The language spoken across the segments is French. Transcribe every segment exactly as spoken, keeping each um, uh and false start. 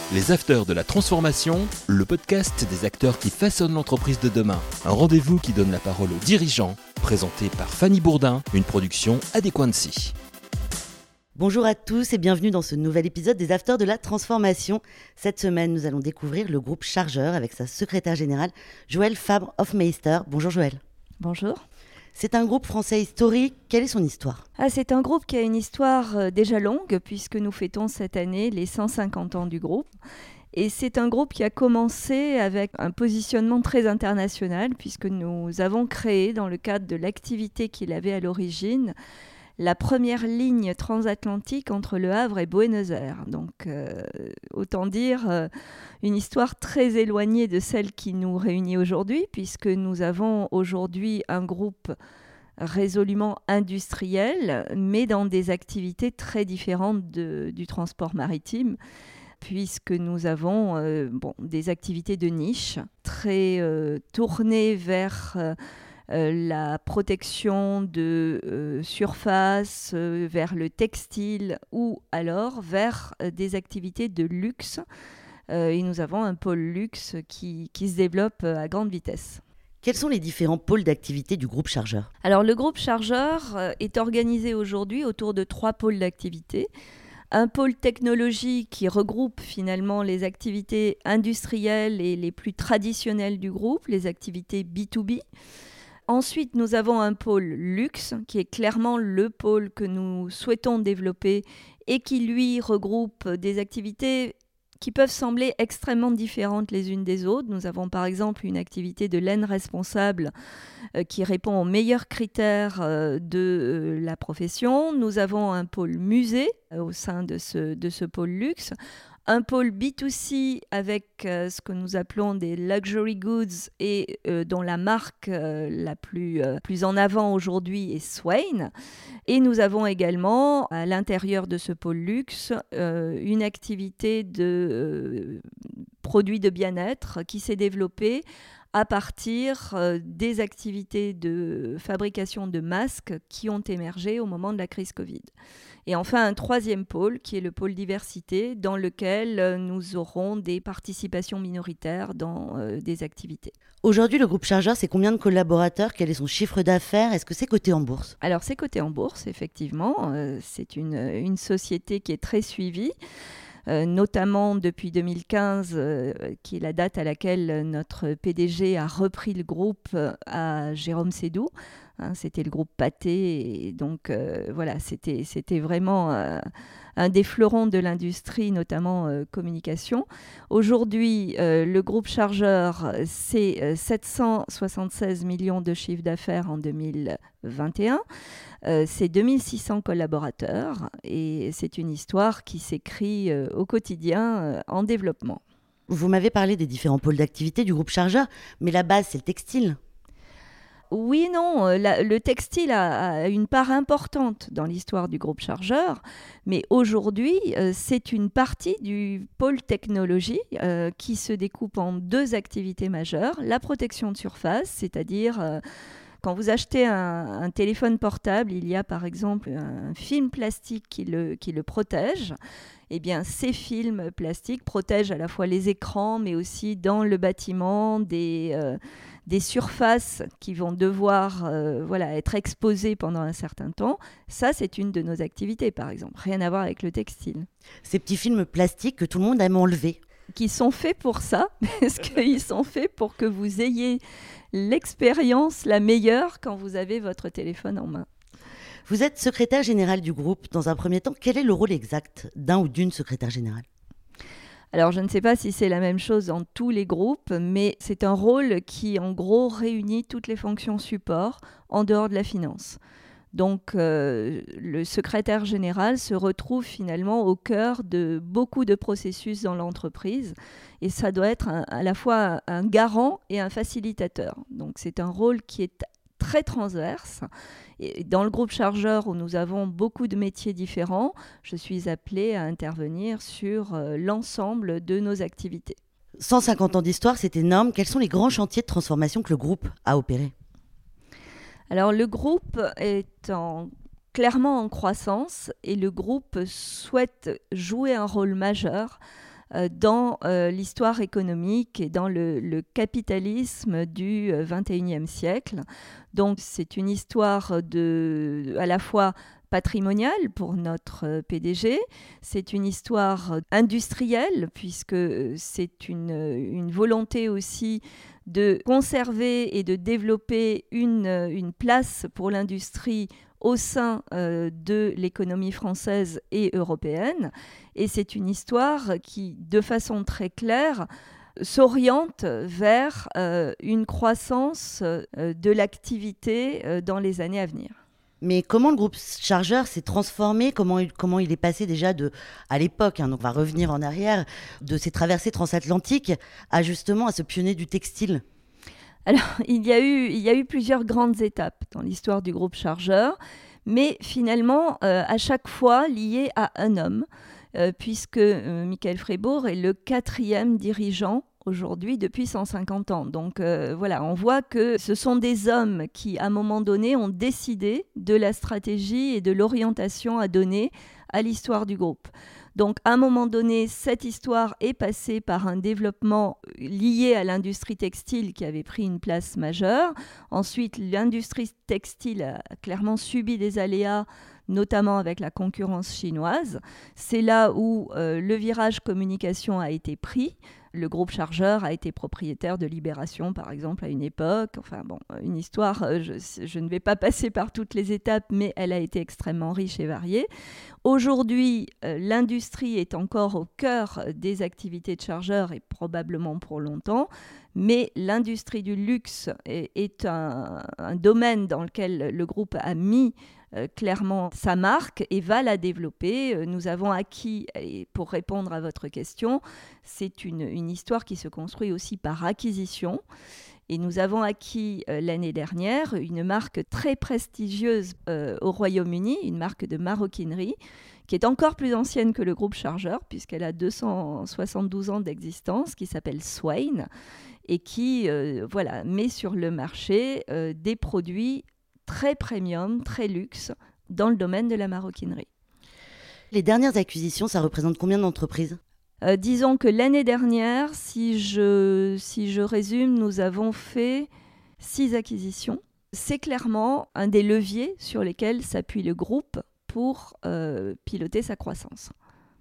Les Afters de la Transformation, le podcast des acteurs qui façonnent l'entreprise de demain. Un rendez-vous qui donne la parole aux dirigeants, présenté par Fanny Bourdin, une production Adéquancy. Bonjour à tous et bienvenue dans ce nouvel épisode des Afters de la Transformation. Cette semaine, nous allons découvrir le groupe Chargeur avec sa secrétaire générale, Joëlle Fabre-Hofmeister. Bonjour Joëlle. Bonjour. C'est un groupe français historique. Quelle est son histoire ? Ah, c'est un groupe qui a une histoire euh, déjà longue puisque nous fêtons cette année les cent cinquante ans du groupe. Et c'est un groupe qui a commencé avec un positionnement très international puisque nous avons créé dans le cadre de l'activité qu'il avait à l'origine la première ligne transatlantique entre Le Havre et Buenos Aires. Donc, euh, autant dire euh, une histoire très éloignée de celle qui nous réunit aujourd'hui, puisque nous avons aujourd'hui un groupe résolument industriel, mais dans des activités très différentes de, du transport maritime, puisque nous avons euh, bon, des activités de niche très euh, tournées vers... Euh, Euh, la protection de euh, surface euh, vers le textile ou alors vers euh, des activités de luxe. Euh, et nous avons un pôle luxe qui, qui se développe à grande vitesse. Quels sont les différents pôles d'activité du groupe Chargeur ? Alors le groupe Chargeur euh, est organisé aujourd'hui autour de trois pôles d'activité. Un pôle technologie qui regroupe finalement les activités industrielles et les plus traditionnelles du groupe, les activités B deux B. Ensuite, nous avons un pôle luxe, qui est clairement le pôle que nous souhaitons développer et qui, lui, regroupe des activités qui peuvent sembler extrêmement différentes les unes des autres. Nous avons par exemple une activité de laine responsable euh, qui répond aux meilleurs critères euh, de euh, la profession. Nous avons un pôle musée euh, au sein de ce, de ce pôle luxe. Un pôle B deux C avec euh, ce que nous appelons des luxury goods et euh, dont la marque euh, la plus, euh, plus en avant aujourd'hui est Swaine. Et nous avons également à l'intérieur de ce pôle luxe euh, une activité de euh, produits de bien-être qui s'est développée à partir euh, des activités de fabrication de masques qui ont émergé au moment de la crise Covid. Et enfin, un troisième pôle qui est le pôle diversité dans lequel euh, nous aurons des participations minoritaires dans euh, des activités. Aujourd'hui, le groupe Chargeur, c'est combien de collaborateurs ? Quel est son chiffre d'affaires ? Est-ce que c'est coté en bourse ? Alors, c'est coté en bourse, effectivement. Euh, c'est une, une société qui est très suivie. Euh, notamment depuis deux mille quinze, euh, qui est la date à laquelle notre P D G a repris le groupe euh, à Jérôme Sédou. Hein, c'était le groupe Pathé, et donc euh, voilà, c'était, c'était vraiment euh, un des fleurons de l'industrie, notamment euh, communication. Aujourd'hui, euh, le groupe Chargeur, c'est euh, sept cent soixante-seize millions de chiffre d'affaires en deux mille vingt et un. Euh, c'est deux mille six cents collaborateurs et c'est une histoire qui s'écrit euh, au quotidien euh, en développement. Vous m'avez parlé des différents pôles d'activité du groupe Chargeur, mais la base, c'est le textile. Oui et non, la, le textile a, a une part importante dans l'histoire du groupe Chargeur, mais aujourd'hui, euh, c'est une partie du pôle technologie euh, qui se découpe en deux activités majeures. La protection de surface, c'est-à-dire euh, quand vous achetez un, un téléphone portable, il y a par exemple un film plastique qui le, qui le protège. Eh bien, ces films plastiques protègent à la fois les écrans, mais aussi dans le bâtiment des, euh, des surfaces qui vont devoir euh, voilà, être exposées pendant un certain temps. Ça, c'est une de nos activités, par exemple. Rien à voir avec le textile. Ces petits films plastiques que tout le monde aime enlever. Qui sont faits pour ça, parce qu'ils sont faits pour que vous ayez l'expérience la meilleure quand vous avez votre téléphone en main. Vous êtes secrétaire générale du groupe. Dans un premier temps, quel est le rôle exact d'un ou d'une secrétaire générale ? Alors, je ne sais pas si c'est la même chose dans tous les groupes, mais c'est un rôle qui, en gros, réunit toutes les fonctions support en dehors de la finance. Donc, euh, le secrétaire général se retrouve finalement au cœur de beaucoup de processus dans l'entreprise et ça doit être un, à la fois un garant et un facilitateur. Donc, c'est un rôle qui est très transverse. Et dans le groupe Chargeur, où nous avons beaucoup de métiers différents, je suis appelée à intervenir sur euh, l'ensemble de nos activités. cent cinquante ans d'histoire, c'est énorme. Quels sont les grands chantiers de transformation que le groupe a opérés ? Alors, le groupe est en, clairement en croissance et le groupe souhaite jouer un rôle majeur euh, dans euh, l'histoire économique et dans le, le capitalisme du vingt et unième siècle. Donc c'est une histoire de, à la fois patrimoniale pour notre P D G, c'est une histoire industrielle puisque c'est une, une volonté aussi de conserver et de développer une, une place pour l'industrie au sein euh, de l'économie française et européenne. Et c'est une histoire qui, de façon très claire, s'oriente vers euh, une croissance euh, de l'activité euh, dans les années à venir. Mais comment le groupe Chargeur s'est transformé, comment il, comment il est passé déjà de, à l'époque, hein, donc on va revenir en arrière, de ces traversées transatlantiques à justement à ce pionnier du textile? Alors, il y a eu, il y a eu plusieurs grandes étapes dans l'histoire du groupe Chargeur, mais finalement, euh, à chaque fois liées à un homme, euh, puisque euh, Michael Fribourg est le quatrième dirigeant aujourd'hui depuis cent cinquante ans. Donc euh, voilà, on voit que ce sont des hommes qui, à un moment donné, ont décidé de la stratégie et de l'orientation à donner à l'histoire du groupe. Donc à un moment donné, cette histoire est passée par un développement lié à l'industrie textile qui avait pris une place majeure. Ensuite, l'industrie textile a clairement subi des aléas, notamment avec la concurrence chinoise. C'est là où euh, le virage communication a été pris. Le groupe Chargeur a été propriétaire de Libération, par exemple, à une époque. Enfin bon, une histoire, je, je ne vais pas passer par toutes les étapes, mais elle a été extrêmement riche et variée. Aujourd'hui, euh, l'industrie est encore au cœur des activités de Chargeur et probablement pour longtemps, mais l'industrie du luxe est, est un, un domaine dans lequel le groupe a mis Euh, clairement sa marque et va la développer. Euh, nous avons acquis, et pour répondre à votre question, c'est une, une histoire qui se construit aussi par acquisition. Et nous avons acquis euh, l'année dernière une marque très prestigieuse euh, au Royaume-Uni, une marque de maroquinerie, qui est encore plus ancienne que le groupe Chargeur, puisqu'elle a deux cent soixante-douze ans d'existence, qui s'appelle Swaine, et qui euh, voilà, met sur le marché euh, des produits très premium, très luxe, dans le domaine de la maroquinerie. Les dernières acquisitions, ça représente combien d'entreprises ? euh, Disons que l'année dernière, si je, si je résume, nous avons fait six acquisitions. C'est clairement un des leviers sur lesquels s'appuie le groupe pour euh, piloter sa croissance.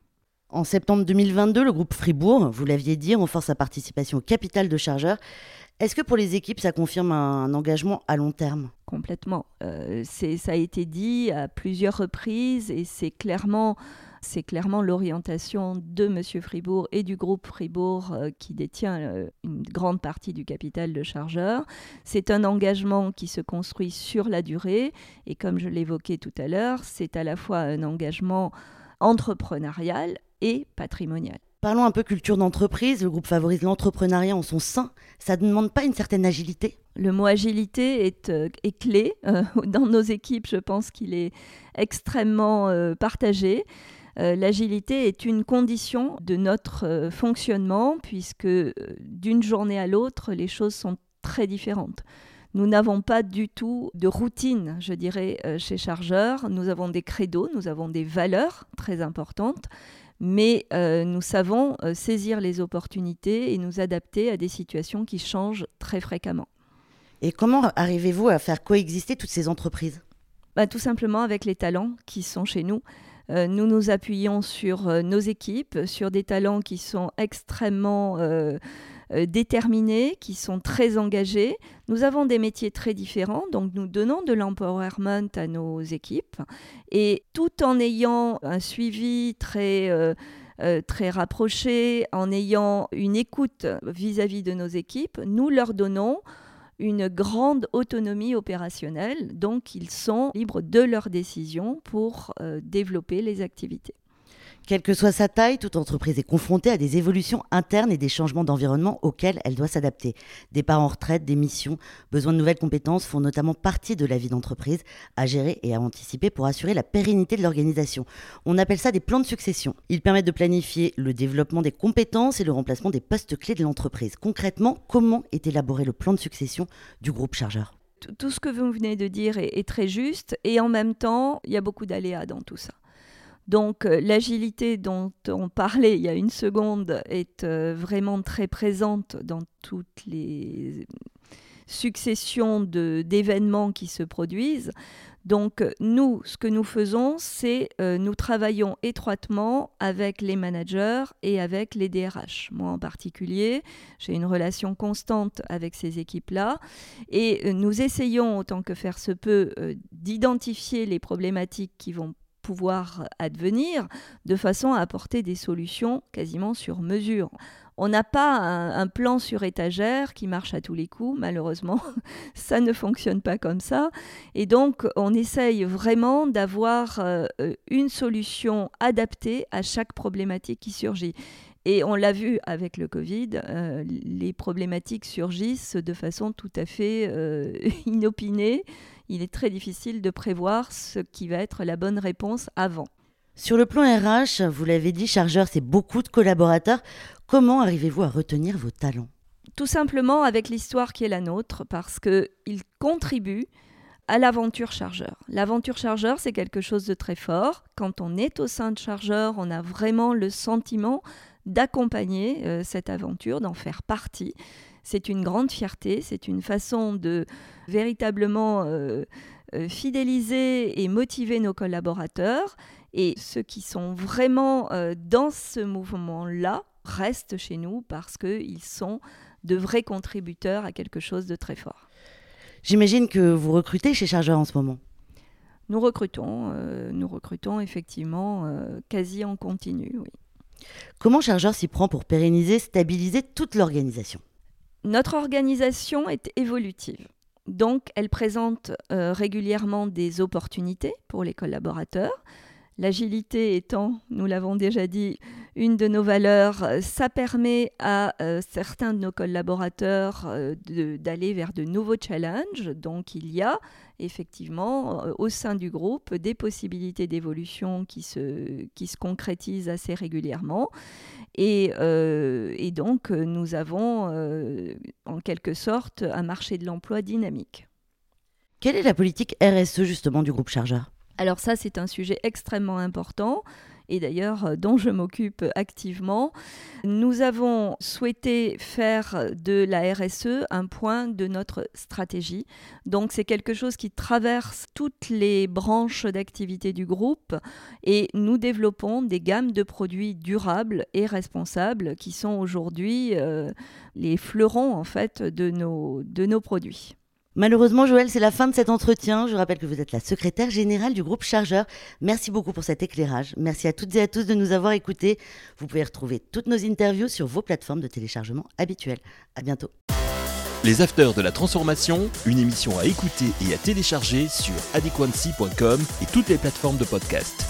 En septembre deux mille vingt-deux, le groupe Fribourg, vous l'aviez dit, renforce sa participation au capital de Chargeur. Est-ce que pour les équipes, ça confirme un engagement à long terme ? Complètement. Euh, c'est, ça a été dit à plusieurs reprises et c'est clairement, c'est clairement l'orientation de M. Fribourg et du groupe Fribourg euh, qui détient euh, une grande partie du capital de Chargeur. C'est un engagement qui se construit sur la durée et comme je l'évoquais tout à l'heure, c'est à la fois un engagement entrepreneurial et patrimonial. Parlons un peu culture d'entreprise. Le groupe favorise l'entrepreneuriat en son sein. Ça ne demande pas une certaine agilité ? Le mot agilité est, euh, est clé. Euh, dans nos équipes, je pense qu'il est extrêmement euh, partagé. Euh, l'agilité est une condition de notre euh, fonctionnement puisque euh, d'une journée à l'autre, les choses sont très différentes. Nous n'avons pas du tout de routine, je dirais, euh, chez Chargeur. Nous avons des credos, nous avons des valeurs très importantes. Mais euh, nous savons euh, saisir les opportunités et nous adapter à des situations qui changent très fréquemment. Et comment arrivez-vous à faire coexister toutes ces entreprises ? Bah, tout simplement avec les talents qui sont chez nous. Euh, nous nous appuyons sur euh, nos équipes, sur des talents qui sont extrêmement euh, euh, déterminés, qui sont très engagés. Nous avons des métiers très différents, donc nous donnons de l'empowerment à nos équipes. Et tout en ayant un suivi très, euh, euh, très rapproché, en ayant une écoute vis-à-vis de nos équipes, nous leur donnons une grande autonomie opérationnelle, donc ils sont libres de leurs décisions pour euh, développer les activités. Quelle que soit sa taille, toute entreprise est confrontée à des évolutions internes et des changements d'environnement auxquels elle doit s'adapter. Départ en retraite, démission, besoin de nouvelles compétences font notamment partie de la vie d'entreprise à gérer et à anticiper pour assurer la pérennité de l'organisation. On appelle ça des plans de succession. Ils permettent de planifier le développement des compétences et le remplacement des postes clés de l'entreprise. Concrètement, comment est élaboré le plan de succession du groupe Chargeur ? Tout ce que vous venez de dire est, est très juste et en même temps, il y a beaucoup d'aléas dans tout ça. Donc euh, l'agilité dont on parlait il y a une seconde est euh, vraiment très présente dans toutes les successions de, d'événements qui se produisent. Donc nous, ce que nous faisons, c'est euh, nous travaillons étroitement avec les managers et avec les D R H. Moi en particulier, j'ai une relation constante avec ces équipes-là et euh, nous essayons autant que faire se peut euh, d'identifier les problématiques qui vont pouvoir advenir de façon à apporter des solutions quasiment sur mesure. On n'a pas un, un plan sur étagère qui marche à tous les coups, malheureusement. Ça ne fonctionne pas comme ça. Et donc, on essaye vraiment d'avoir euh, une solution adaptée à chaque problématique qui surgit. Et on l'a vu avec le Covid, euh, les problématiques surgissent de façon tout à fait euh, inopinée. Il est très difficile de prévoir ce qui va être la bonne réponse avant. Sur le plan R H, vous l'avez dit, Chargeur, c'est beaucoup de collaborateurs. Comment arrivez-vous à retenir vos talents ? Tout simplement avec l'histoire qui est la nôtre, parce qu'ils contribuent à l'aventure Chargeur. L'aventure Chargeur, c'est quelque chose de très fort. Quand on est au sein de Chargeur, on a vraiment le sentiment d'accompagner euh, cette aventure, d'en faire partie. C'est une grande fierté, c'est une façon de véritablement euh, euh, fidéliser et motiver nos collaborateurs. Et ceux qui sont vraiment euh, dans ce mouvement-là restent chez nous parce qu'ils sont de vrais contributeurs à quelque chose de très fort. J'imagine que vous recrutez chez Chargeur en ce moment. Nous recrutons, euh, nous recrutons effectivement euh, quasi en continu, oui. Comment Chargeur s'y prend pour pérenniser, stabiliser toute l'organisation ? Notre organisation est évolutive. Donc, elle présente euh, régulièrement des opportunités pour les collaborateurs. L'agilité étant, nous l'avons déjà dit, une de nos valeurs, ça permet à euh, certains de nos collaborateurs euh, de, d'aller vers de nouveaux challenges. Donc il y a effectivement euh, au sein du groupe des possibilités d'évolution qui se, qui se concrétisent assez régulièrement. Et, euh, et donc nous avons euh, en quelque sorte un marché de l'emploi dynamique. Quelle est la politique R S E justement du groupe Chargeur ? Alors ça, c'est un sujet extrêmement important et d'ailleurs euh, dont je m'occupe activement. Nous avons souhaité faire de la R S E un point de notre stratégie. Donc c'est quelque chose qui traverse toutes les branches d'activité du groupe et nous développons des gammes de produits durables et responsables qui sont aujourd'hui euh, les fleurons en fait de nos, de nos produits. Malheureusement, Joëlle, c'est la fin de cet entretien. Je rappelle que vous êtes la secrétaire générale du groupe Chargeur. Merci beaucoup pour cet éclairage. Merci à toutes et à tous de nous avoir écoutés. Vous pouvez retrouver toutes nos interviews sur vos plateformes de téléchargement habituelles. À bientôt. Les Afters de la Transformation, une émission à écouter et à télécharger sur adéquancy point com et toutes les plateformes de podcast.